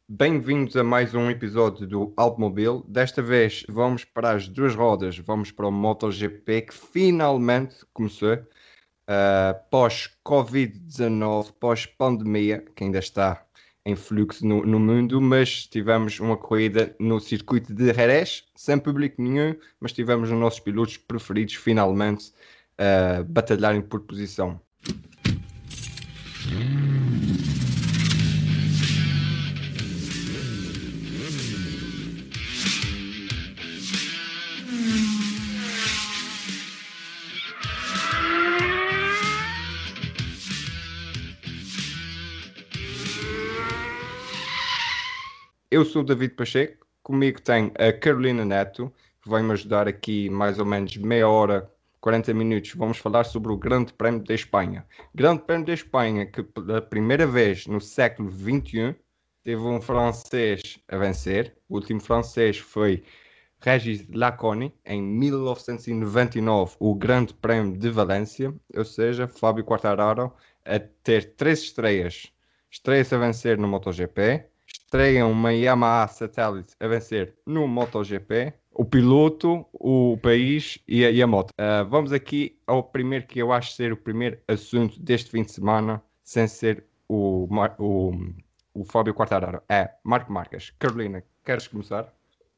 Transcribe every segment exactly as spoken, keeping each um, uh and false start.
Bem-vindos a mais um episódio do Automobil. Desta vez vamos para as duas rodas, vamos para o MotoGP que finalmente começou, ah, pós-Covid dezanove, pós-pandemia, que ainda está em fluxo no, no mundo, mas tivemos uma corrida no circuito de Jerez, sem público nenhum, mas tivemos os nossos pilotos preferidos finalmente a batalharem por posição. Eu sou o David Pacheco, comigo tem a Carolina Neto, que vai me ajudar aqui mais ou menos meia hora, quarenta minutos. Vamos falar sobre o Grande Prémio da Espanha. Grande Prémio da Espanha, que pela primeira vez no século vinte e um teve um francês a vencer. O último francês foi Régis Laconi, em mil novecentos e noventa e nove, o Grande Prémio de Valência, ou seja, Fábio Quartararo a ter três estreias. Estreia-se a vencer no MotoGP, estreia uma Yamaha Satellite a vencer no MotoGP, o piloto, o país e a, e a moto. Uh, vamos aqui ao primeiro que eu acho ser o primeiro assunto deste fim de semana, sem ser o, o, o Fábio Quartararo. É Marco Marques. Carolina, queres começar?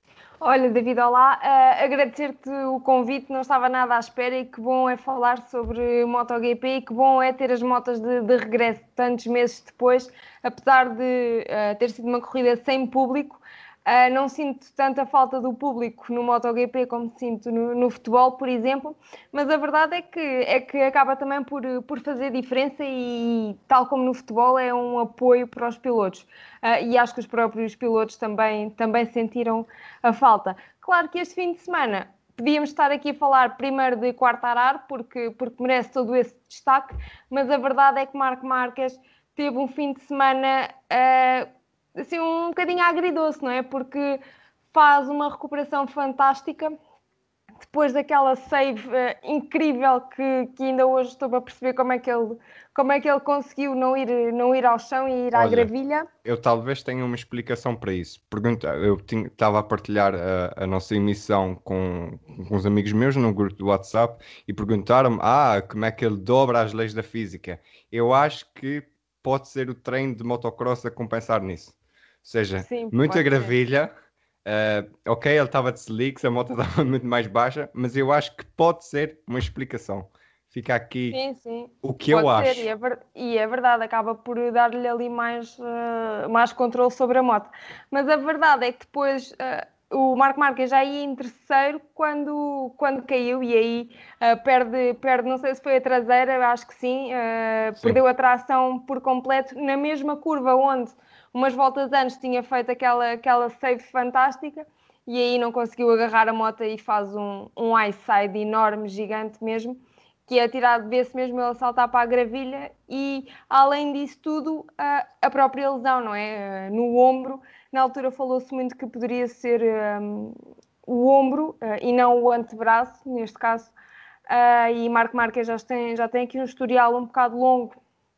Olha, David, olá. Uh, agradecer-te o convite, não estava nada à espera e que bom é falar sobre MotoGP e que bom é ter as motas de, de regresso tantos meses depois, apesar de uh, ter sido uma corrida sem público. Uh, não sinto tanta falta do público no MotoGP como sinto no, no futebol, por exemplo, mas a verdade é que, é que acaba também por, por fazer diferença e, tal como no futebol, é um apoio para os pilotos. Uh, e acho que os próprios pilotos também, também sentiram a falta. Claro que este fim de semana podíamos estar aqui a falar primeiro de Quartararo, porque, porque merece todo esse destaque, mas a verdade é que Marco Marques teve um fim de semana uh, assim, um bocadinho agridoce, não é? Porque faz uma recuperação fantástica depois daquela save uh, incrível que, que ainda hoje estou a perceber como é que ele, como é que ele conseguiu não ir, não ir ao chão e ir à Olha, gravilha. eu talvez tenha uma explicação para isso. Pergunta, eu estava a partilhar a, a nossa emissão com, com uns amigos meus num grupo do WhatsApp e perguntaram-me, ah, como é que ele dobra as leis da física? Eu acho que pode ser o treino de motocross a compensar nisso. Ou seja, Sim, muita pode ser. gravilha. eh, ok, ele estava de slicks, a moto estava muito mais baixa, mas eu acho que pode ser uma explicação. Fica aqui Sim, sim, o que eu pode ser, e acho. é, ver- e é verdade, acaba por dar-lhe ali mais, eh, mais controle sobre a moto. Mas a verdade é que depois eh, o Marco Marques já ia em terceiro quando, quando caiu, e aí eh, perde, perde, não sei se foi a traseira, eu acho que sim, eh, Sim. perdeu a tração por completo na mesma curva onde umas voltas antes tinha feito aquela, aquela save fantástica. E aí não conseguiu agarrar a moto e faz um, um high side enorme, gigante mesmo, que é tirado, vê-se mesmo ele saltar para a gravilha e, além disso tudo, a, a própria lesão, não é? No ombro, na altura falou-se muito que poderia ser um, o ombro uh, e não o antebraço, neste caso, uh, e Marco Marques já tem, já tem aqui um historial um bocado longo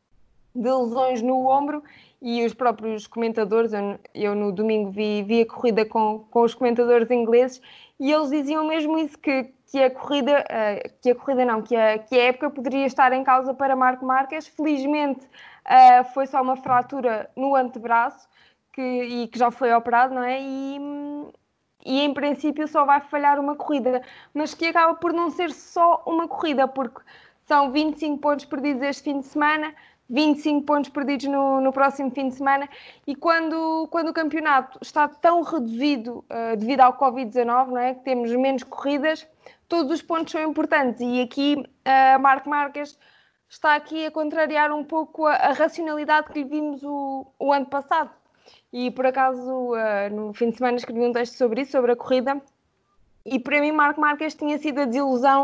de lesões no ombro e os próprios comentadores, eu, eu no domingo vi, vi a corrida com, com os comentadores ingleses e eles diziam mesmo isso, que, que a corrida, uh, que a corrida não, que a, que a época poderia estar em causa para Marco Marques. Felizmente uh, foi só uma fratura no antebraço que, e que já foi operado, não é? E, e em princípio só vai falhar uma corrida, mas que acaba por não ser só uma corrida, porque são vinte e cinco pontos perdidos este fim de semana, vinte e cinco pontos perdidos no, no próximo fim de semana, e quando, quando o campeonato está tão reduzido uh, devido ao covid dezanove, não é? Que temos menos corridas, todos os pontos são importantes, e aqui uh, Marco Marques está aqui a contrariar um pouco a, a racionalidade que lhe vimos o, o ano passado. E por acaso, uh, no fim de semana, escrevi um texto sobre isso, sobre a corrida, e para mim, Marco Marques tinha sido a desilusão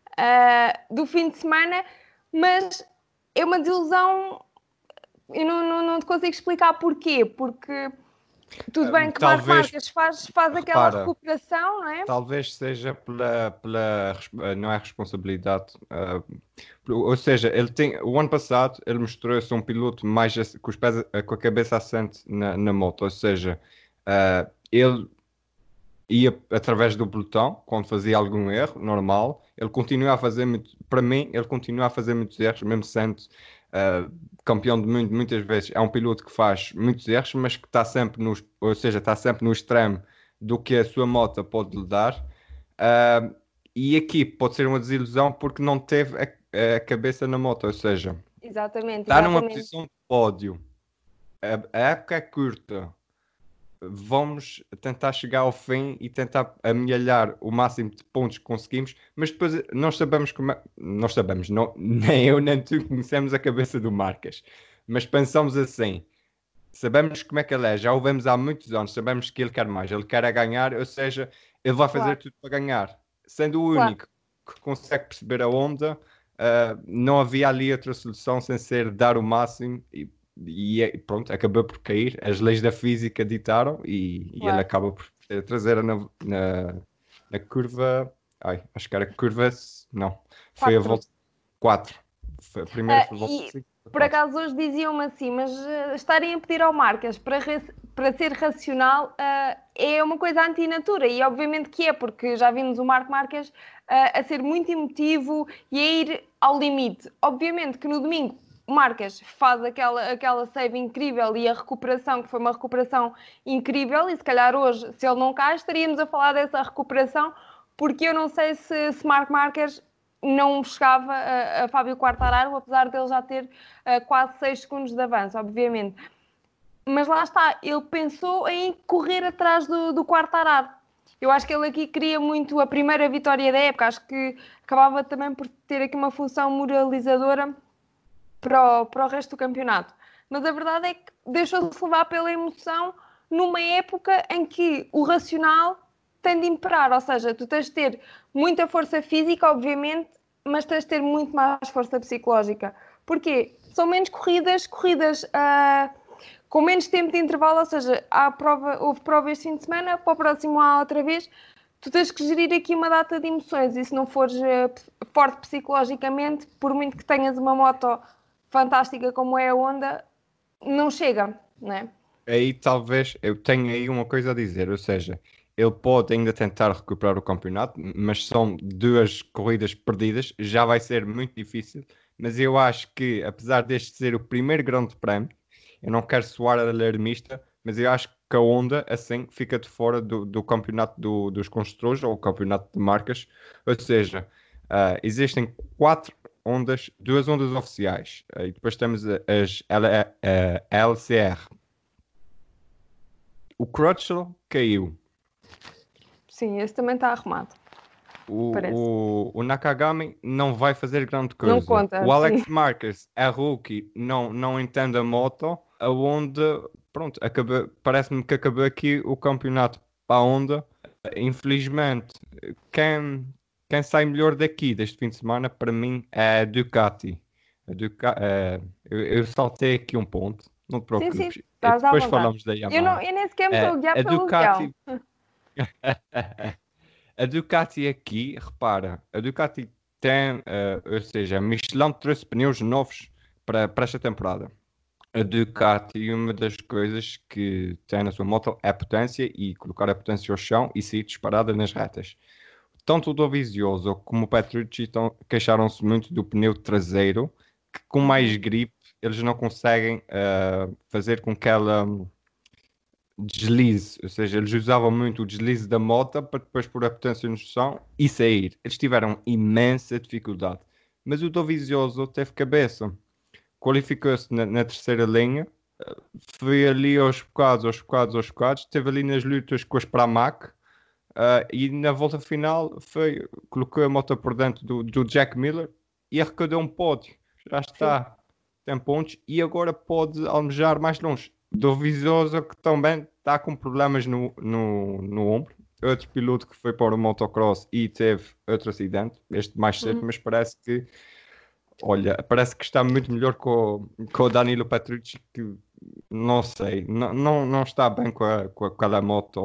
uh, do fim de semana, mas é uma desilusão, eu não, não, não te consigo explicar porquê, porque Tudo bem que Marc Talvez, Marques faz, faz aquela para, recuperação, não é? talvez seja pela, pela, res- eh, não é responsabilidade, ah, ou seja, ele tem, o ano passado ele mostrou-se um piloto mais ass- com os pés, a- com a cabeça assente na, na moto, ou seja, ah, ele ia através do pelotão, quando fazia algum erro, normal, ele continua a fazer muito, para mim, ele continua a fazer muitos erros, mesmo sendo ah, campeão de mundo, muitas vezes. É um piloto que faz muitos erros, mas que está sempre no, ou seja, está sempre no extremo do que a sua moto pode lhe dar. Ah, e aqui pode ser uma desilusão porque não teve a, a cabeça na moto, ou seja, Exatamente, está numa exatamente. posição de pódio. A, a época é curta, vamos tentar chegar ao fim e tentar amealhar o máximo de pontos que conseguimos, mas depois nós sabemos como é... nós sabemos, não, nem eu nem tu conhecemos a cabeça do Marcas, mas pensamos assim, sabemos como é que ele é, já o vemos há muitos anos, sabemos que ele quer mais, ele quer é ganhar, ou seja, ele vai fazer Claro, tudo para ganhar, sendo o claro. único que consegue perceber a onda. Uh, não havia ali outra solução sem ser dar o máximo e, e é- pronto, acabou por cair. As leis da física ditaram e, e ele Claro. acaba por ter a traseira na, na, na curva. Ai, acho que era curva. Não, foi a Quatro. volta quatro. Foi, a primeira Ah, foi a volta e cinco. por acaso hoje diziam-me assim, mas ah, estarem a pedir ao Marcas para, ra- para ser racional ah, é uma coisa antinatura, e obviamente que é, porque já vimos o Marco Marques ah, a ser muito emotivo e a ir ao limite. Obviamente que no domingo o Marques faz aquela, aquela save incrível e a recuperação, que foi uma recuperação incrível, e se calhar hoje, se ele não cai, estaríamos a falar dessa recuperação, porque eu não sei se, se Marco Marques não chegava a, a Fábio Quartararo, apesar dele já ter uh, quase seis segundos de avanço, obviamente. Mas lá está, ele pensou em correr atrás do, do Quartararo. Eu acho que ele aqui queria muito a primeira vitória da época, acho que acabava também por ter aqui uma função moralizadora para o, para o resto do campeonato. Mas a verdade é que deixou-se levar pela emoção numa época em que o racional tem de imperar, ou seja, tu tens de ter muita força física, obviamente, mas tens de ter muito mais força psicológica. Porquê? São menos corridas, corridas uh, com menos tempo de intervalo, ou seja, há prova, houve prova este fim de semana, para o próximo há outra vez. Tu tens que gerir aqui uma data de emoções e se não fores uh, forte psicologicamente, por muito que tenhas uma moto fantástica como é a Honda, não chega, não é? Aí talvez eu tenha aí uma coisa a dizer, ou seja, ele pode ainda tentar recuperar o campeonato, mas são duas corridas perdidas, já vai ser muito difícil. Mas eu acho que, apesar deste ser o primeiro grande prémio, eu não quero soar alarmista, mas eu acho que a Honda, assim, fica de fora do, do campeonato do- dos construtores ou o campeonato de marcas. Ou seja, ah, existem quatro ondas, duas ondas oficiais, ah, e depois temos a- as L- eh, L C R. O Crutchlow caiu. Sim, esse também está arrumado, parece. O, o, o Nakagami não vai fazer grande Não coisa. conta, O sim. Alex Marquez é rookie, não, não entende a moto. A Honda, pronto, acaba, parece-me que acabou aqui o campeonato para a Honda. Infelizmente, quem, quem sai melhor daqui deste fim de semana, para mim, é a Ducati. A Duca, é, eu, eu saltei aqui um ponto, não te Sim, sim, preocupes. E estás à depois vontade. falamos da Eu, não, Yamaha. eu nem sequer me estou a É, guiar a pelo guião. Ducati. A Ducati aqui, repara, a Ducati tem, eh, ou seja, a Michelin trouxe pneus novos para, para esta temporada. A Ducati, uma das coisas que tem na sua moto é a potência e colocar a potência ao chão e sair disparada nas retas. Tanto o Dovizioso como o Petrucci estão- queixaram-se muito do pneu traseiro, que com mais Uhum. gripe eles não conseguem eh, fazer com que ela deslize, ou seja, eles usavam muito o deslize da moto para depois pôr a potência no chão e sair. Eles tiveram imensa dificuldade. Mas o Dovizioso teve cabeça, qualificou-se na, na terceira linha, foi ali aos bocados, aos bocados, aos bocados, esteve ali nas lutas com as Pramac, ah, e na volta final foi, colocou a moto por dentro do, do Jack Miller e arrecadou um pódio. Já Sim. está, tem pontos e agora pode almejar mais longe. Do Vizosa que também está com problemas no, no, no ombro. Outro piloto que foi para o motocross e teve outro acidente, este mais cedo, Uhum. mas parece que, olha, parece que está muito melhor com, com o Danilo Petrucci, que não sei, não, não, não está bem com, a, com aquela moto.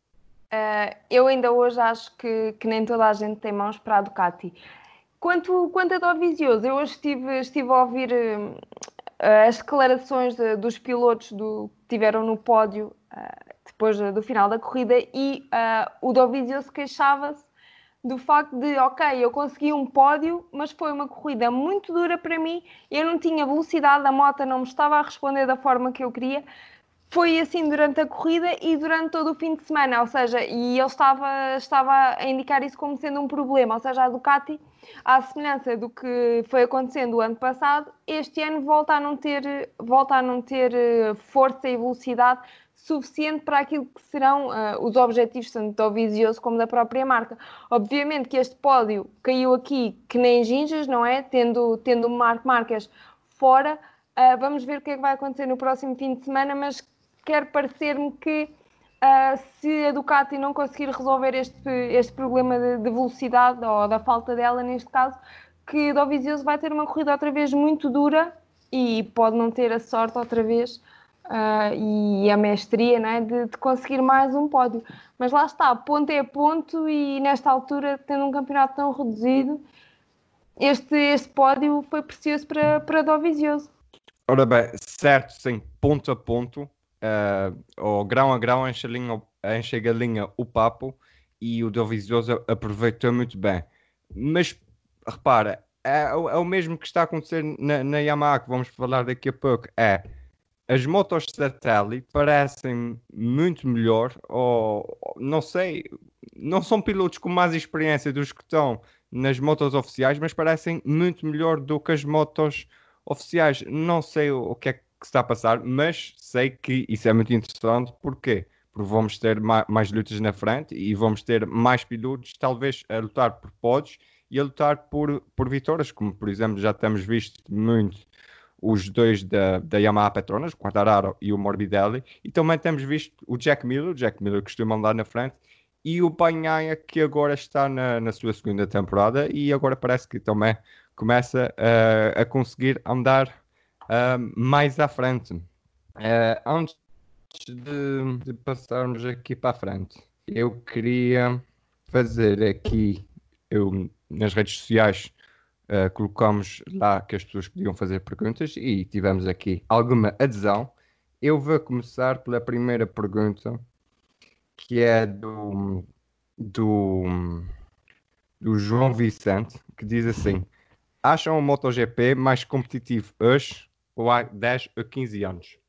Uh, eu ainda hoje acho que, que nem toda a gente tem mãos para a Ducati. Quanto, quanto a Dovizioso, eu hoje estive, estive a ouvir uh, as declarações de, dos pilotos do, que tiveram no pódio uh, depois do final da corrida e uh, o Dovizioso queixava-se do facto de, ok, eu consegui um pódio, mas foi uma corrida muito dura para mim, eu não tinha velocidade, a moto não me estava a responder da forma que eu queria. Foi assim durante a corrida e durante todo o fim de semana, ou seja, e ele estava, estava a indicar isso como sendo um problema, ou seja, a Ducati, à semelhança do que foi acontecendo o ano passado, este ano volta a não ter, volta a não ter força e velocidade suficiente para aquilo que serão uh, os objetivos tanto do Dovizioso como da própria marca. Obviamente que este pódio caiu aqui que nem ginjas, não é? Tendo, tendo o Marc Marques fora, uh, vamos ver o que é que vai acontecer no próximo fim de semana, mas quer parecer-me que uh, se a Ducati não conseguir resolver este, este problema de, de velocidade, ou da falta dela neste caso, que Dovizioso vai ter uma corrida outra vez muito dura e pode não ter a sorte outra vez uh, e a mestria, não é, de, de conseguir mais um pódio. Mas lá está, ponto é ponto e nesta altura, tendo um campeonato tão reduzido, este, este pódio foi precioso para, para Dovizioso. Ora bem, certo, sim, ponto a ponto. Uh, ou grão a grão enche a, linha, enche a galinha o papo e o Dovizioso aproveitou muito bem. Mas repara, é, é o mesmo que está a acontecer na, na Yamaha, que vamos falar daqui a pouco. É, as motos satélite parecem muito melhor, ou não sei, não são pilotos com mais experiência dos que estão nas motos oficiais, mas parecem muito melhor do que as motos oficiais. Não sei o, o que é que que está a passar, mas sei que isso é muito interessante. Porquê? Porque vamos ter ma mais lutas na frente e vamos ter mais pilotos, talvez a lutar por pódios e a lutar por, por vitórias, como por exemplo já temos visto muito os dois da, da Yamaha Petronas, o Quartararo e o Morbidelli, e também temos visto o Jack Miller, o Jack Miller costuma andar na frente, e o Bagnaia, que agora está na, na sua segunda temporada e agora parece que também começa uh, a conseguir andar Uh, mais à frente. Uh, antes de, de passarmos aqui para a frente, eu queria fazer aqui, eu nas redes sociais uh, colocamos lá que as pessoas podiam fazer perguntas e tivemos aqui alguma adesão. Eu vou começar pela primeira pergunta, que é do, do, do João Vicente, que diz assim: acham o MotoGP mais competitivo hoje ou há dez ou quinze anos?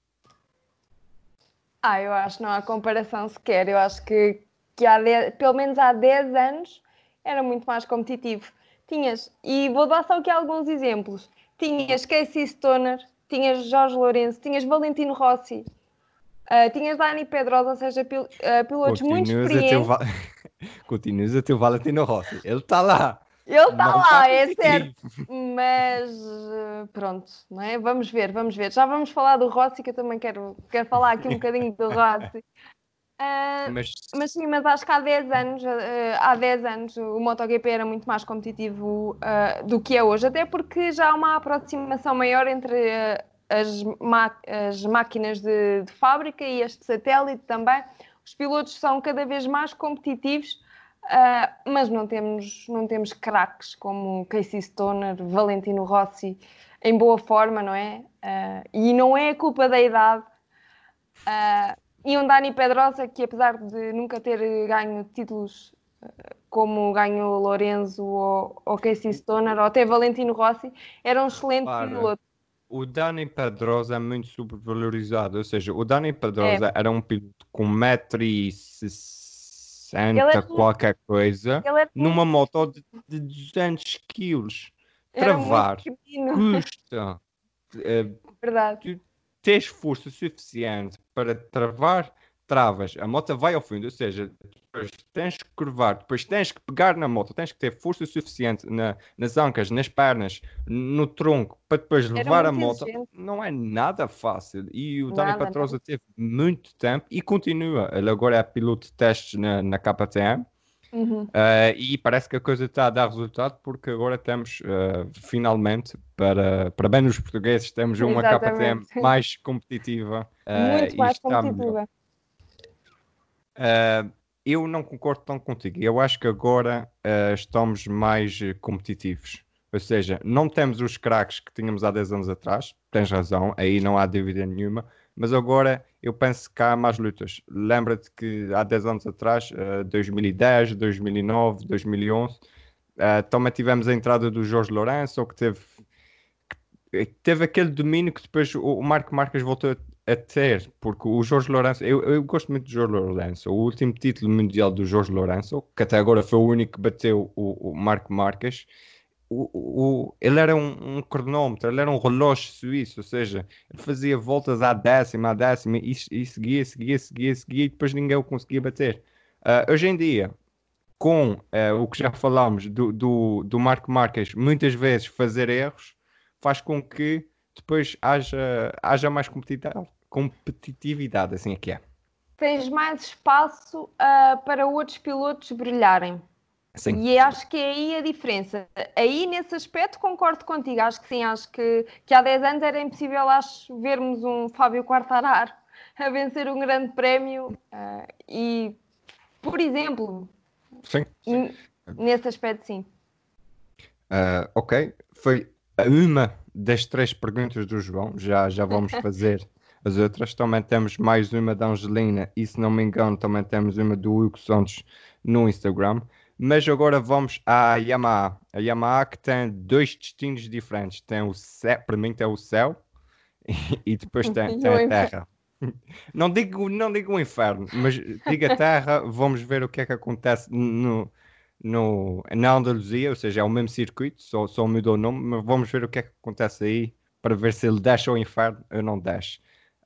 Ah, eu acho que não há comparação sequer. Eu acho que, que há dez, pelo menos há dez anos era muito mais competitivo. Tinhas, e vou dar só aqui alguns exemplos. Tinhas Casey Stoner, tinhas Jorge Lourenço, tinhas Valentino Rossi, uh, tinhas Dani Pedrosa, ou seja, pil, uh, pilotos muito experientes. Va... Continuas a ter o Valentino Rossi. Ele está lá. Ele está lá, tá é certo. Mas pronto, não é? Vamos ver, vamos ver. Já vamos falar do Rossi, que eu também quero, quero falar aqui um bocadinho do Rossi. Uh, mas... mas sim, mas acho que há dez anos, uh, há dez anos o MotoGP era muito mais competitivo uh, do que é hoje, até porque já há uma aproximação maior entre uh, as, as máquinas de, de fábrica e este satélite também. Os pilotos são cada vez mais competitivos. Uh, mas não temos, não temos craques como Casey Stoner, Valentino Rossi em boa forma, não é? Uh, e não é culpa da idade. Uh, e um Dani Pedrosa que, apesar de nunca ter ganho títulos uh, como ganhou Lorenzo ou, ou Casey Stoner ou até Valentino Rossi, era um excelente Para. piloto. O Dani Pedrosa é muito supervalorizado, ou seja, o Dani Pedrosa é. era um piloto com um metro e sessenta, é qualquer coisa, é numa moto de, de duzentos quilos. Travar custa. Uh, Verdade. Tens força suficiente para travar, travas, a moto vai ao fundo, ou seja, depois tens que curvar, depois tens que pegar na moto, tens que ter força suficiente na, nas ancas, nas pernas, no tronco, para depois levar a moto. Exigente. Não é nada fácil. E o Dani Pedrosa teve muito tempo e continua. Ele agora é piloto de testes na, na K T M Uhum. Uh, e parece que a coisa está a dar resultado porque agora temos uh, finalmente, para, para bem nos portugueses, temos uma K T M Exatamente. mais competitiva uh, Muito e mais está melhor. competitiva. Uh, eu não concordo tão contigo. Eu acho que agora uh, estamos mais uh, competitivos. Ou seja, não temos os craques que tínhamos há dez anos atrás. Tens razão, aí não há dúvida nenhuma. Mas agora eu penso que há mais lutas. Lembra-te que há dez anos atrás, uh, dois mil e dez, dois mil e nove, dois mil e onze, uh, também tivemos a entrada do Jorge Lourenço, que teve teve aquele domínio que depois o, o Marco Marques voltou a, a ter, porque o Jorge Lourenço, eu, eu gosto muito do Jorge Lourenço, o último título mundial do Jorge Lourenço, que até agora foi o único que bateu o, o Marco Marques, o, o, ele era um, um cronómetro, ele era um relógio suíço, ou seja, ele fazia voltas à décima, à décima, e, e seguia, seguia, seguia, seguia, e depois ninguém o conseguia bater. Uh, hoje em dia, com uh, o que já falámos do, do, do Marco Marques muitas vezes fazer erros, faz com que depois haja, haja mais competitividade, competitividade, assim é que é. Tens mais espaço uh, para outros pilotos brilharem. Sim. E acho que é aí a diferença. Aí, nesse aspecto, concordo contigo. Acho que sim, acho que, que há dez anos era impossível, acho, vermos um Fábio Quartararo a vencer um grande prémio. Uh, e, por exemplo, Sim. n- nesse aspecto, sim. Uh, ok, foi uma das três perguntas do João. Já, já vamos fazer as outras. Também temos mais uma da Angelina e, se não me engano, também temos uma do Hugo Santos no Instagram. Mas agora vamos à Yamaha. A Yamaha que tem dois destinos diferentes. Tem o céu, para mim tem o céu e, e depois tem, tem a terra. Não digo, não digo o inferno, mas digo a terra. Vamos ver o que é que acontece no, no, na Andaluzia, ou seja, é o mesmo circuito, só, só mudou o nome, mas vamos ver o que é que acontece aí para ver se ele desce ao inferno ou não desce.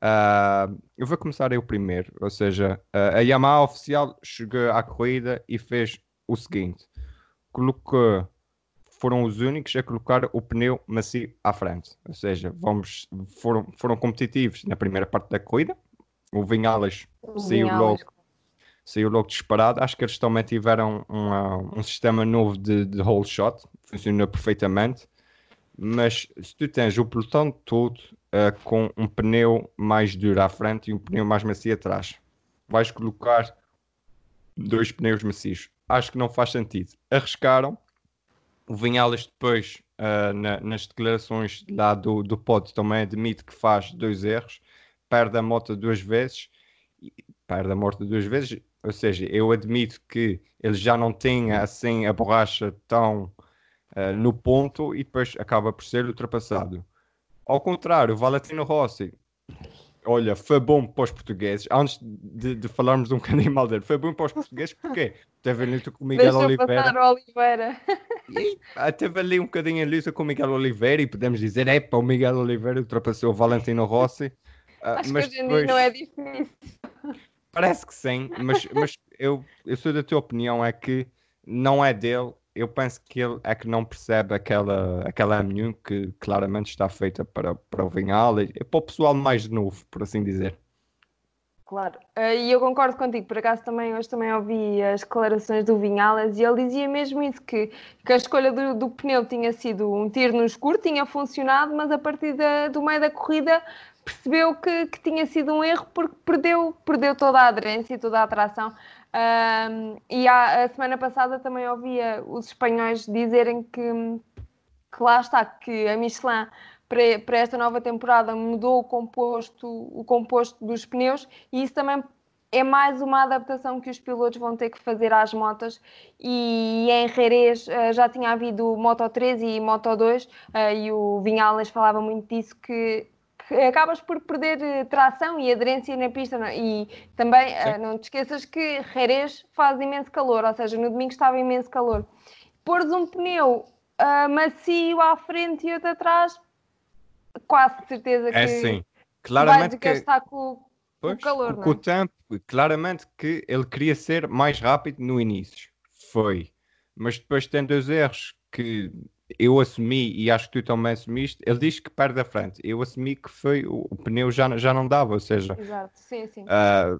Ah, eu vou começar eu primeiro, ou seja, a a Yamaha oficial chegou à corrida e fez o seguinte: colocou, foram os únicos a colocar o pneu macio à frente, ou seja, vamos, foram, foram competitivos na primeira parte da corrida. O Vinhales O saiu Vinhales. logo saiu logo disparado. Acho que eles também tiveram uma- um sistema novo de, de whole shot, funcionou perfeitamente. Mas se tu tens o pelotão todo uh, com um pneu mais duro à frente e um pneu mais macio atrás, vais colocar dois pneus macios. Acho que não faz sentido. Arriscaram. O Vinhales depois, uh, na- nas declarações lá do, do pod, também admite que faz dois erros, perde a moto duas vezes, e- perde a moto duas vezes, ou seja, eu admito que ele já não tinha assim a borracha tão uh, no ponto e depois acaba por ser ultrapassado. Ao contrário, o Valentino Rossi, olha, foi bom para os portugueses. Antes de, de falarmos um bocadinho mal dele, foi bom para os portugueses porque teve luta com o Miguel Deixou passar Oliveira. o Oliveira. E ah, teve ali um bocadinho a luta com o Miguel Oliveira e podemos dizer, é para o Miguel Oliveira ultrapassou o Valentino Rossi. Ah, Acho que mas hoje em dia não é depois difícil. parece que sim, mas, mas eu, eu sou da tua opinião, é que não é dele. Eu penso que ele é que não percebe aquela, aquela M um que claramente está feita para, para o Vinhales e para o pessoal mais novo, por assim dizer. Claro, Eh, e eu concordo contigo, por acaso também hoje também ouvi as declarações do Vinhalas e ele dizia mesmo isso, que, que a escolha do, do pneu tinha sido um tiro no escuro, tinha funcionado, mas a partir da- do meio da corrida percebeu que, que tinha sido um erro porque perdeu, perdeu toda a aderência e toda a atração. Ahm, e há- a semana passada também ouvia os espanhóis dizerem que, que lá está, que a Michelin para, para esta nova temporada mudou o composto, o composto dos pneus e isso também é mais uma adaptação que os pilotos vão ter que fazer às motas e em Jerez uh, já tinha havido Moto três e Moto dois uh, e o Vinhales falava muito disso que, que acabas por perder uh, tração e aderência na pista não? E também Sim. uh, não te esqueças que Jerez faz imenso calor, ou seja, no domingo estava imenso calor. Pôres um pneu uh, macio à frente e outro atrás, quase certeza É que, sim. que vai Claramente que, desgastar com, com o pois, calor, com, não com o é? tempo, claramente que ele queria ser mais rápido no início. Foi. Mas depois tem dois erros que eu assumi e acho que tu também assumiste. Ele diz que perde a frente. Eu assumi que foi o, o pneu já, já não dava, ou seja, Exato, sim, sim. ah,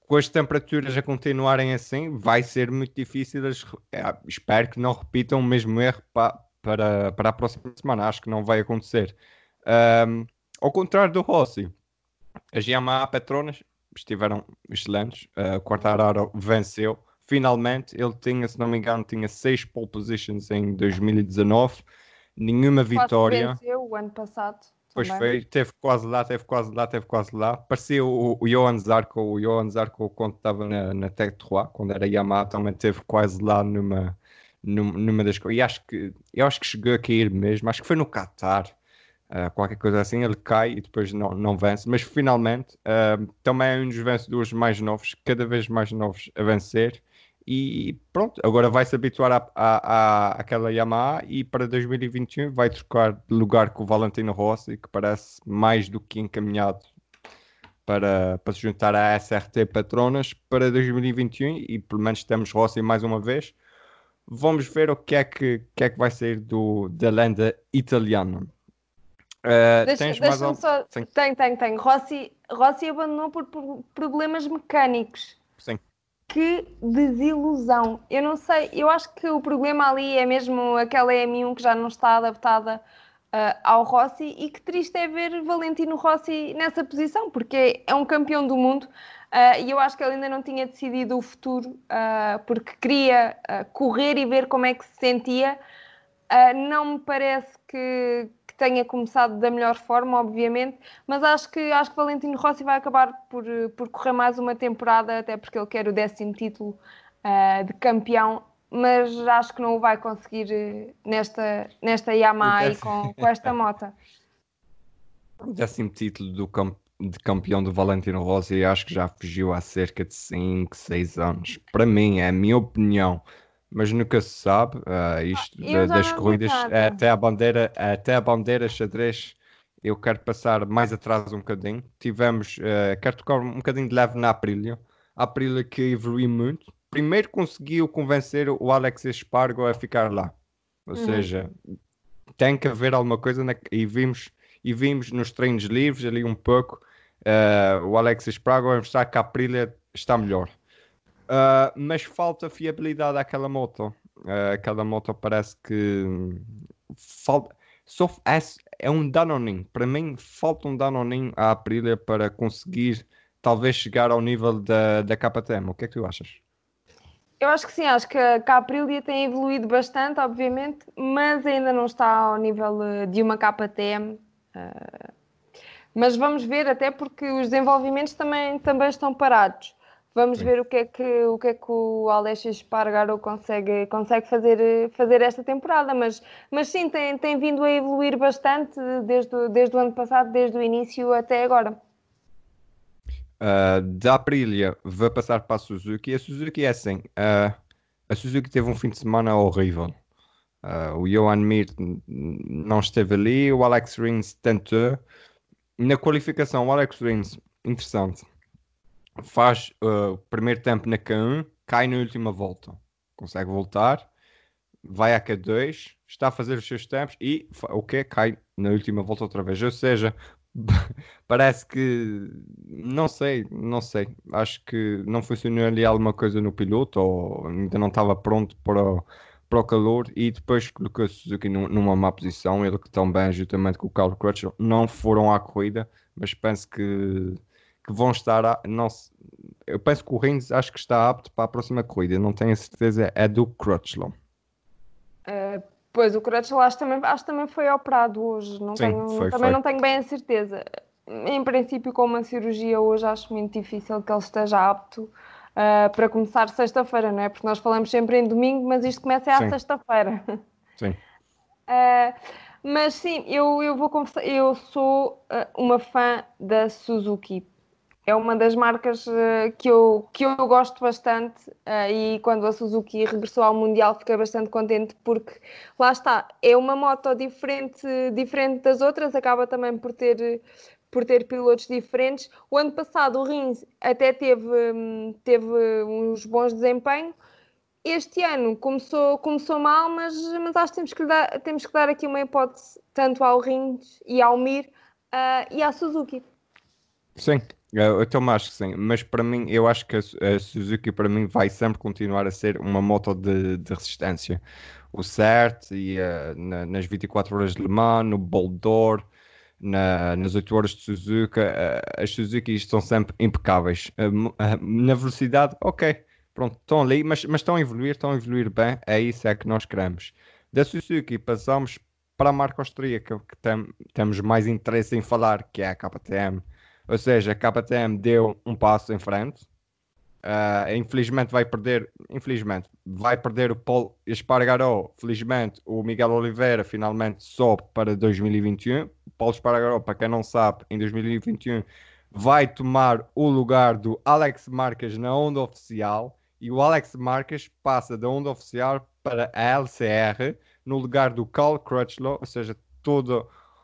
com as temperaturas a continuarem assim, vai ser muito difícil. As, é, espero que não repitam o mesmo erro pa, para, para a próxima semana. Acho que não vai acontecer. Um, ao contrário do Rossi, as Yamaha Petronas estiveram excelentes. Uh, o Quartararo venceu. Finalmente, ele tinha, se não me engano, tinha seis pole positions em dois mil e dezanove. Nenhuma Quase que vitória. venceu o ano passado Pois também. foi, teve quase lá, teve quase lá, teve quase lá. Parecia o, o Johan Zarco, o Johan Zarco quando estava na, na Tech trois, quando era Yamaha, também teve quase lá numa, numa, numa das coisas. E acho que, eu acho que chegou a cair mesmo, acho que foi no Qatar, uh, qualquer coisa assim, ele cai e depois não, não vence. Mas finalmente, uh, também é um dos vencedores mais novos, cada vez mais novos a vencer. E pronto, agora vai se habituar à, à, à, àquela Yamaha e para dois mil e vinte e um vai trocar de lugar com o Valentino Rossi, que parece mais do que encaminhado para, para se juntar à S R T Petronas para dois mil e vinte e um e pelo menos temos Rossi mais uma vez. Vamos ver o que é que, que, é que vai sair do, da lenda italiana. Uh, Deixa, tens mais deixa-me algo? só. Sim, Tem, tem, tem. Rossi, Rossi abandonou por, por problemas mecânicos. sim. Que desilusão. Eu não sei, eu acho que o problema ali é mesmo aquela E M um que já não está adaptada uh, ao Rossi e que triste é ver Valentino Rossi nessa posição, porque é um campeão do mundo uh, e eu acho que ele ainda não tinha decidido o futuro uh, porque queria uh, correr e ver como é que se sentia. Uh, não me parece que, que tenha começado da melhor forma, obviamente, mas acho que, acho que Valentino Rossi vai acabar por, por correr mais uma temporada, até porque ele quer o décimo título uh, de campeão, mas acho que não o vai conseguir uh, nesta, nesta O Yamaha e décimo, com, com esta moto. o décimo título do camp, de campeão do Valentino Rossi acho que já fugiu há cerca de cinco, seis anos. Para mim, é a minha opinião. Mas nunca se sabe, ah, isto da- Eu já das não digo corridas, eh, nada. até a bandeira, até a bandeira xadrez, eu quero passar mais atrás um bocadinho. Tivemos, eh, quero tocar um bocadinho de leve na Aprilia. A Aprilia que evoluiu muito. Primeiro conseguiu convencer o Alex Espargo a ficar lá. Ou Uhum. seja, tem que haver alguma coisa na- e vimos e vimos nos treinos livres ali um pouco eh, o Alex Espargo a mostrar que a Aprilia está melhor. Uh, mas falta fiabilidade àquela moto. Uh, aquela moto parece que falta. Só, é, é um danoninho. Para mim, falta um danoninho à Aprilia para conseguir talvez chegar ao nível da, da K T M. O que é que tu achas? Eu acho que sim, acho que a, que a Aprilia tem evoluído bastante, obviamente, mas ainda não está ao nível uh, de uma K T M. Uh, Mas vamos ver, até porque os desenvolvimentos também, também estão parados. Vamos Sim. ver o que é que o, que é que o Aleix Espargaro consegue, consegue fazer, fazer esta temporada. Mas, mas sim, tem, tem vindo a evoluir bastante desde, o- desde o ano passado, desde o início até agora. Uh, da Aprilia vai passar para a Suzuki. A Suzuki é assim. Uh, a Suzuki teve um fim de semana horrível. Uh, o Johan Mir n- n- não esteve ali. O Alex Rins tentou. Na qualificação, o Alex Rins, interessante, faz uh, o primeiro tempo na Q um, cai na última volta, consegue voltar, vai à Q dois, está a fazer os seus tempos e fa- o que cai na última volta outra vez. Ou seja, parece que não sei, não sei. Acho que não funcionou ali alguma coisa no piloto ou ainda não estava pronto para o, para o calor e depois colocou o Suzuki num- numa má posição. Ele que também, juntamente com o Carlos Crutchlow, não foram à corrida, mas penso que, que vão estar. A, não, se- eu penso que o Rins acho que está apto para a próxima corrida. Não tenho a certeza, é do Crutchlow. Uh, pois o Crutchlow acho também, acho também foi operado hoje, não Sim, tenho, foi, também foi. não tenho bem a certeza. Em princípio, com uma cirurgia hoje, acho muito difícil que ele esteja apto uh, para começar sexta-feira, não é? Porque nós falamos sempre em domingo, mas isto começa é à Sim, sexta-feira. sim. Uh, mas sim, eu, eu vou confessar, eu sou uh, uma fã da Suzuki. É uma das marcas uh, que eu, que eu gosto bastante uh, e quando a Suzuki regressou ao Mundial fiquei bastante contente porque lá está, é uma moto diferente, diferente das outras, acaba também por ter, por ter pilotos diferentes. O ano passado o Rins até teve, hum, teve uns bons desempenhos. Este ano começou, começou mal, mas, mas acho que temos que, dar, temos que dar aqui uma hipótese tanto ao Rins e ao Mir uh, e à Suzuki. Sim, Eu, eu também acho que sim, mas para mim, eu acho que a, Su- a Suzuki para mim vai sempre continuar a ser uma moto de, de resistência. O CERT e eh, na- nas vinte e quatro horas de Le Mans, no Bolt d'Or, na- nas oito horas de Suzuka, eh, as Suzuki estão sempre impecáveis. Eh, mo- eh, na velocidade, ok, pronto, estão ali, mas, mas estão a evoluir, estão a evoluir bem, é isso é que nós queremos. Da Suzuki passamos para a marca austríaca, que tem- temos mais interesse em falar, que é a K T M. Ou seja, a K T M deu um passo em frente. Ah, infelizmente vai perder, infelizmente, vai perder o Paul Espargaró. Felizmente, o Miguel Oliveira finalmente sobe para dois mil e vinte e um. O Paulo Espargaró, para quem não sabe, em dois mil e vinte e um vai tomar o lugar do Alex Marques na Honda Oficial e o Alex Marques passa da Honda Oficial para a L C R no lugar do Carl Crutchlow, ou seja, toda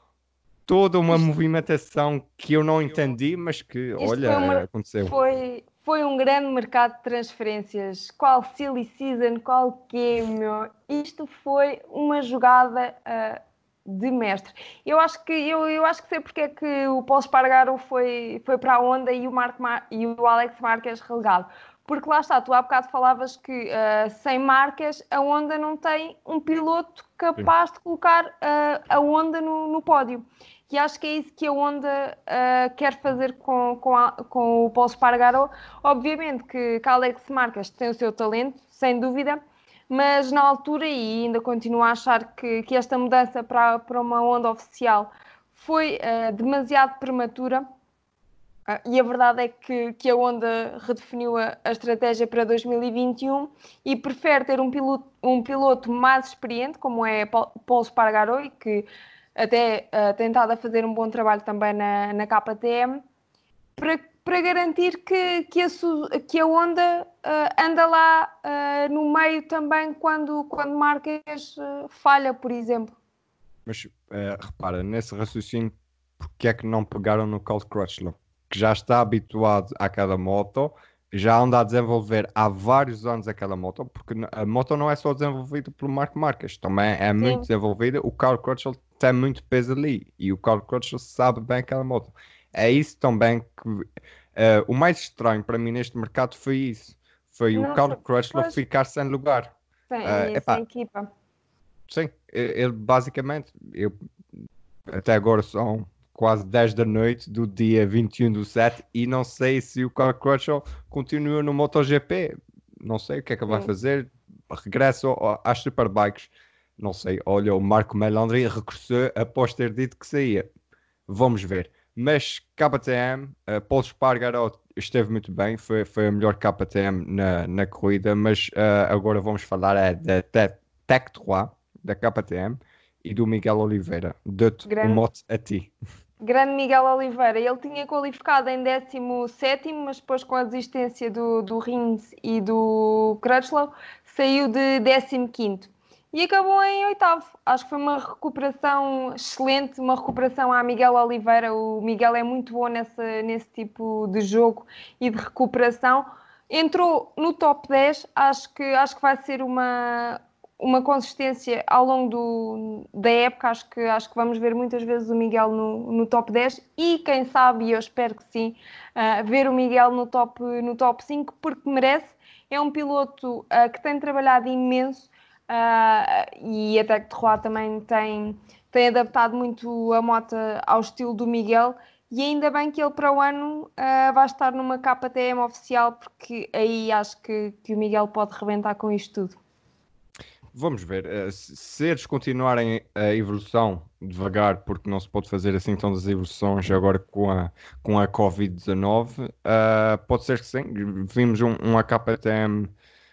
toda uma Isto, movimentação que eu não entendi, mas que, isto olha, foi, eh, uma, aconteceu. foi, foi um grande mercado de transferências. Qual silly season, qual quê, meu? Isto foi uma jogada ah, de mestre. Eu acho que eu, eu acho que sei porque é que o Paulo Espargaro foi, foi para a Honda e o, Marco Mar- e o Alex Marques relegado. Porque lá está, tu há bocado falavas que ah, sem Marques a Honda não tem um piloto Sim. capaz de colocar ah, a Honda no, no pódio. E acho que é isso que a Honda uh, quer fazer com, com, a, com o Paulo Espargaró. Obviamente que, que Alex Marques tem o seu talento, sem dúvida, mas na altura, e ainda continuo a achar que, que esta mudança para, para uma Honda oficial foi uh, demasiado prematura. Uh, e a verdade é que, que a Honda redefiniu a, a estratégia para dois mil e vinte e um e prefere ter um piloto, um piloto mais experiente, como é Paulo Espargaró, e que até uh, tem estado a fazer um bom trabalho também na, na K T M, para, para garantir que, que, a, que a Honda uh, anda lá uh, no meio também quando, quando Marques uh, falha, por exemplo. Mas eh, repara, nesse raciocínio, porque é que não pegaram no Colt Crutchlow? Que já está habituado àquela moto, já anda a desenvolver há vários anos aquela moto, porque n- a moto não é só desenvolvida pelo Marco Marques, também é muito Sim, desenvolvida. O Carl Crutchlow tem muito peso ali e o Carl Crutchlow sabe bem aquela moto. É isso também que eh, o mais estranho para mim neste mercado foi isso. Foi o não Carl sei. Crutchlow Pois, ficar sem lugar. Eh, sem, sem epá, equipa. sim, e- ele basicamente, eu, até agora são quase dez da noite do dia vinte e um do sete e não sei se o Carl Crutchlow continua no MotoGP. Não sei o que é que ele vai Sim. fazer. Regressa ao- às Superbikes. Não sei. Olha, o Marco Melandri regressou após ter dito que saía. Vamos ver. Mas K T M, uh, Paul Espargaró esteve muito bem, foi, foi a melhor K T M na, na corrida, mas uh, agora vamos falar é, da Te- Tech três, da K T M e do Miguel Oliveira. Dou-te o Grande, mote a ti. grande Miguel Oliveira. Ele tinha qualificado em décimo sétimo, mas depois com a desistência do, do Rins e do Crutchlow, saiu de décimo quinto. E acabou em oitavo. Acho que foi uma recuperação excelente, uma recuperação à Miguel Oliveira. O Miguel é muito bom nessa, nesse tipo de jogo e de recuperação. Entrou no top dez, acho que, acho que vai ser uma, uma consistência ao longo do, da época. Acho que, acho que vamos ver muitas vezes o Miguel no, no top dez e quem sabe, e eu espero que sim, uh, ver o Miguel no top, no top cinco, porque merece. É um piloto uh, que tem trabalhado imenso uh, e a Tech Trois também tem, tem adaptado muito a moto ao estilo do Miguel. E ainda bem que ele para o ano uh, vai estar numa K T M oficial, porque aí acho que, que o Miguel pode rebentar com isto tudo. Vamos ver. Uh, se se eles continuarem a evolução devagar, porque não se pode fazer assim tantas evoluções agora com a, com a covid dezanove, uh, pode ser que sim. Vimos um, um A K T M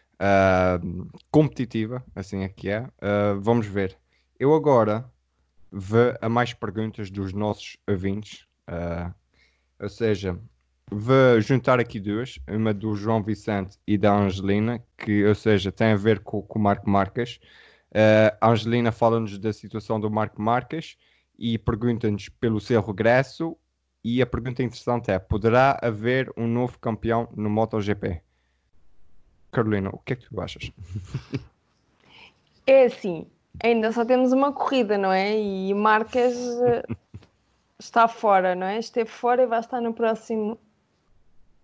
uh, competitiva, assim é que é. Uh, vamos ver. Eu agora vou a mais perguntas dos nossos ouvintes, uh, ou seja, vou juntar aqui duas, uma do João Vicente e da Angelina, que, ou seja, tem a ver com, com o Marco Marques. Uh, a Angelina fala-nos da situação do Marco Marques e pergunta-nos pelo seu regresso. E a pergunta interessante é: poderá haver um novo campeão no MotoGP? Carolina, o que é que tu achas? É assim, ainda só temos uma corrida, não é? E Marques eh, está fora, não é? Esteve fora e vai estar no próximo.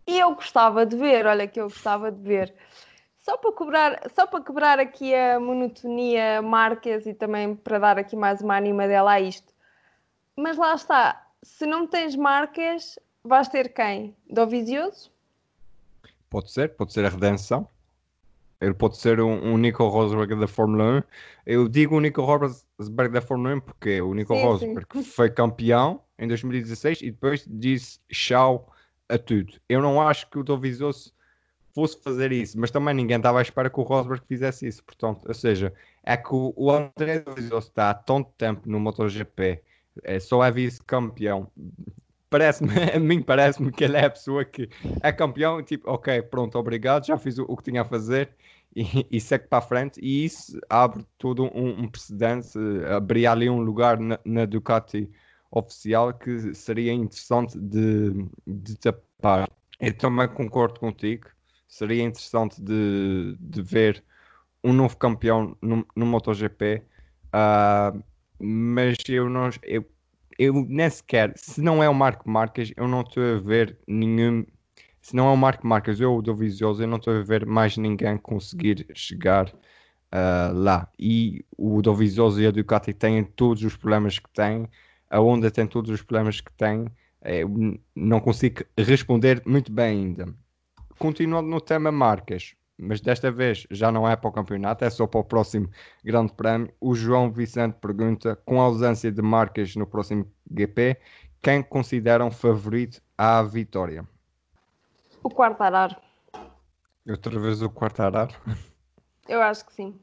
E eu gostava de ver, olha que eu gostava de ver. Só para quebrar, só para quebrar aqui a monotonia Marques e também para dar aqui mais uma animadela a isto. Mas lá está, se não tens Marques, vais ter quem? Dovizioso? Pode ser, pode ser a redenção. Ele pode ser um, um Nico Rosberg da Fórmula um. Eu digo o Nico Rosberg da Fórmula um porque o Nico Sim, sim. Rosberg foi campeão em dois mil e dezasseis e depois disse tchau a tudo. Eu não acho que o Dovizioso fosse fazer isso, mas também ninguém estava à espera que o Rosberg fizesse isso. Portanto, ou seja, é que o, o André Dovizioso está há tanto tempo no MotoGP, é, só é vice-campeão. Parece-me, a mim parece-me que ele é a pessoa que é campeão, tipo, ok, pronto, obrigado, já fiz o, o que tinha a fazer e, e segue para a frente. E isso abre todo um, um precedente, eh, abria ali um lugar na, na Ducati oficial que seria interessante de, de tapar. Eu também concordo contigo, seria interessante de, de ver um novo campeão no, no MotoGP, ah, mas eu não, eu, eu nem sequer, se não é o Marco Marques, eu não estou a ver nenhum. Se não é o Marco Marques ou o Dovizioso, eu não estou a ver mais ninguém conseguir chegar ah, lá. E o Dovizioso e a Ducati têm todos os problemas que têm, a Honda tem todos os problemas que tem. Eh, Eu n- não consigo responder muito bem ainda. Continuando no tema marcas, mas desta vez já não é para o campeonato, é só para o próximo Grande Prémio. O João Vicente pergunta: com a ausência de marcas no próximo G P, quem consideram favorito à vitória? O Quartararo. Outra vez o Quartararo? Eu acho que sim.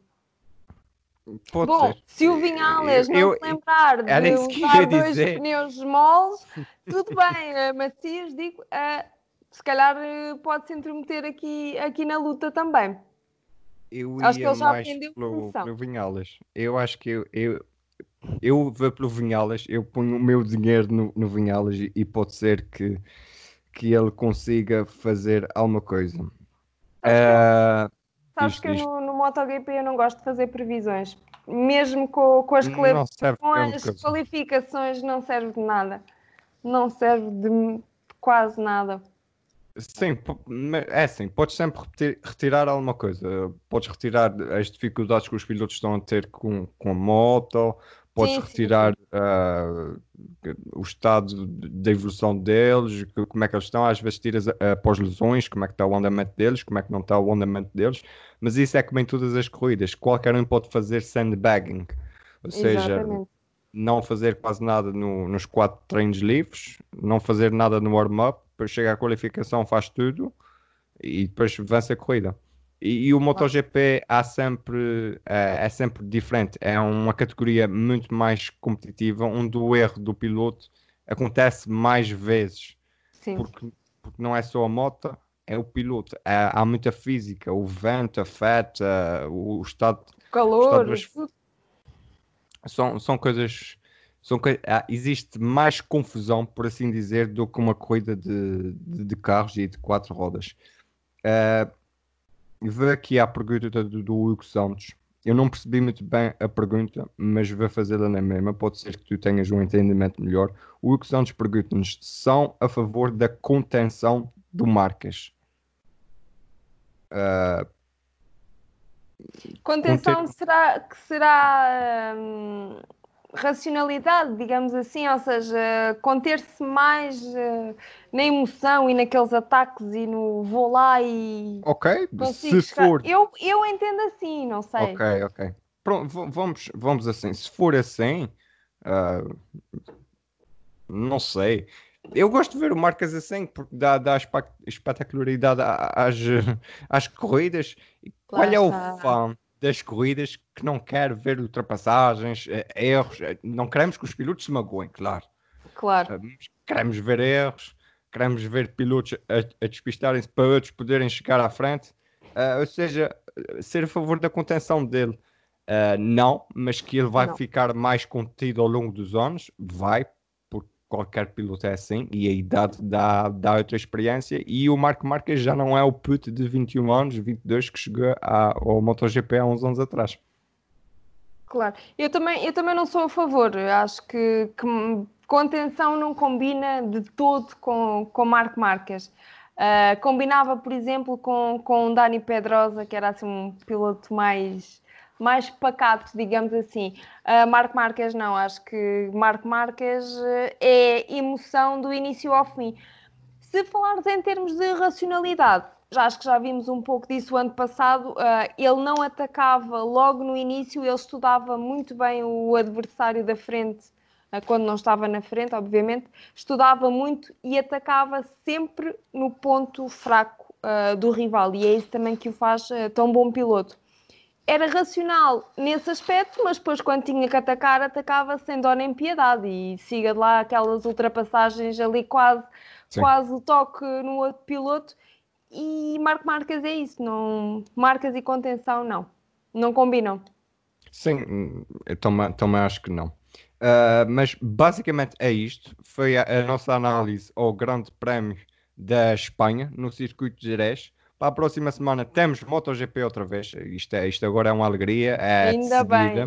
Pode Bom, ser. se o Eu, Vinhales não se eu- lembrar era de isso que eu ia usar dois dizer. pneus moles, tudo bem, eh, Macias, digo, eh, se calhar eh, pode se intrometer aqui, aqui na luta também. Eu Acho que ia ele já mais aprendeu a pelo, lição. pelo Vinhalas. Eu acho que eu, eu, eu vou pelo Vinhalas, eu ponho o meu dinheiro no, no Vinhalas e, e pode ser que, que ele consiga fazer alguma coisa. Sabes que eu, Ah, sabes diz, que eu diz. no, no MotoGP eu não gosto de fazer previsões. Mesmo com, com as, cla- Não serve com de grande as coisa. qualificações não serve de nada. Não serve de quase nada. Sim, po- ma- é assim, podes sempre repetir- retirar alguma coisa. Podes retirar as dificuldades que os pilotos estão a ter com, com a moto, podes Sim, sim, sim. retirar ah, o estado de- da evolução deles, que- como é que eles estão. Às vezes tiras ah, após lesões, como é que está o andamento deles, como é que não está o andamento deles. Mas isso é como em todas as corridas. Qualquer um pode fazer sandbagging, ou seja, Exatamente. não fazer quase nada no- nos quatro treinos livres, não fazer nada no warm-up, depois chega à qualificação, faz tudo e depois vence a corrida. E, e o MotoGP há sempre, é, é sempre diferente, é uma categoria muito mais competitiva, onde o erro do piloto acontece mais vezes, Sim. porque, porque não é só a moto, é o piloto. Há, há muita física, o vento afeta, o, o estado, o estado Calor, das tudo. são, são coisas. São, coi- ah, existe mais confusão, por assim dizer, do que uma corrida de, de, de carros e de quatro rodas. Ah, vou aqui à pergunta do, do Hugo Santos. Eu não percebi muito bem a pergunta, mas vou fazê-la na mesma. Pode ser que tu tenhas um entendimento melhor. O Hugo Santos pergunta-nos: são a favor da contenção do Marcas? Ah, conter... Contenção será que será hum, racionalidade, digamos assim, ou seja, conter-se mais uh, na emoção e naqueles ataques e no vou lá e Ok, consigo se chegar. for. Eu, eu entendo assim, não Ok, sei. ok. Pronto, v- vamos, vamos assim. Se for assim. ah, Não sei. Eu gosto de ver o Marcas assim, porque dá, dá espa- espetacularidade a- às, às corridas. E qual Lá é o está, fã das corridas que não quer ver ultrapassagens, eh, erros? Eh, Não queremos que os pilotos se magoem, claro. claro. Eh, mas queremos ver erros, queremos ver pilotos a, a despistarem-se para outros poderem chegar à frente. Eh, ou seja, eh, ser a favor da contenção dele. Eh, não, mas que ele vai Não. ficar mais contido ao longo dos anos, vai, porque qualquer piloto é assim, e a idade dá, dá outra experiência, e o Marco Marques já não é o puto de vinte e um anos, vinte e dois, que chegou à- ao MotoGP há uns anos atrás. Claro, eu também, eu também não sou a favor. Eu acho que, que contenção não combina de todo com, com Marco Marques. Uh, combinava, por exemplo, com, com o Dani Pedrosa, que era assim um piloto mais, mais pacato, digamos assim. Uh, Marc Márquez não, acho que Marc Márquez é emoção do início ao fim. Se falarmos em termos de racionalidade, já acho que já vimos um pouco disso o ano passado, uh, ele não atacava logo no início, ele estudava muito bem o adversário da frente, uh, quando não estava na frente, obviamente, estudava muito e atacava sempre no ponto fraco uh, do rival, e é isso também que o faz uh, tão bom piloto. Era racional nesse aspecto, mas depois quando tinha que atacar, atacava sem dó nem piedade, e siga de lá aquelas ultrapassagens ali quase, quase o toque no outro piloto. E Marc Márquez é isso, não... marcas e contenção não, não combinam. Sim, eu também, também acho que não. Uh, mas basicamente é isto. Foi a, a nossa análise ao Grande Prémio da Espanha no circuito de Jerez. Para a próxima semana temos MotoGP outra vez. Isto, é, isto agora é uma alegria, é de Ainda seguida. bem.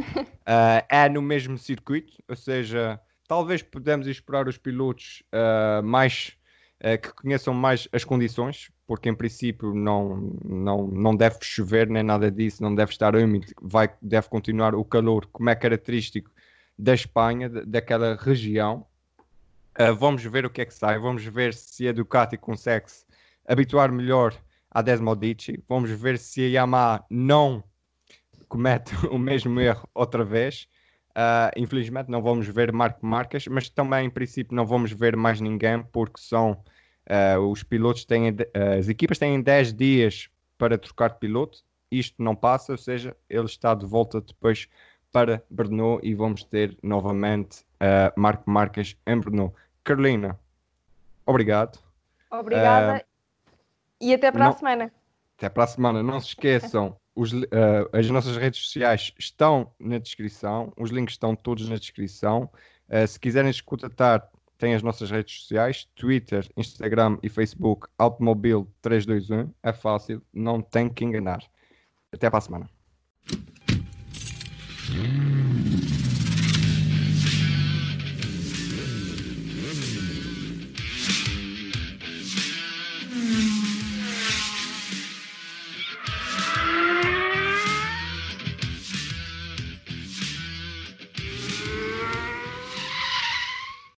Uh, é no mesmo circuito, ou seja, talvez podemos esperar os pilotos uh, mais uh, que conheçam mais as condições, porque em princípio não, não, não deve chover nem nada disso, não deve estar úmido, vai, deve continuar o calor, como é característico da Espanha, de, daquela região. Uh, vamos ver o que é que sai, vamos ver se a Ducati consegue se habituar melhor à Desmodici, vamos ver se a Yamaha não comete o mesmo erro outra vez. Uh, infelizmente não vamos ver Marc Márquez, mas também em princípio não vamos ver mais ninguém, porque são uh, os pilotos têm, uh, as equipas têm dez dias para trocar de piloto, isto não passa, ou seja, ele está de volta depois para Brno e vamos ter novamente uh, Marc Márquez em Brno. Carolina, obrigado. Obrigada uh, e até para não, a semana. Até para a semana. Não se esqueçam, os, uh, as nossas redes sociais estão na descrição, os links estão todos na descrição. Uh, se quiserem nos contatar, tem as nossas redes sociais, Twitter, Instagram e Facebook, Automobil três dois um. É fácil, não tem que enganar. Até para a semana.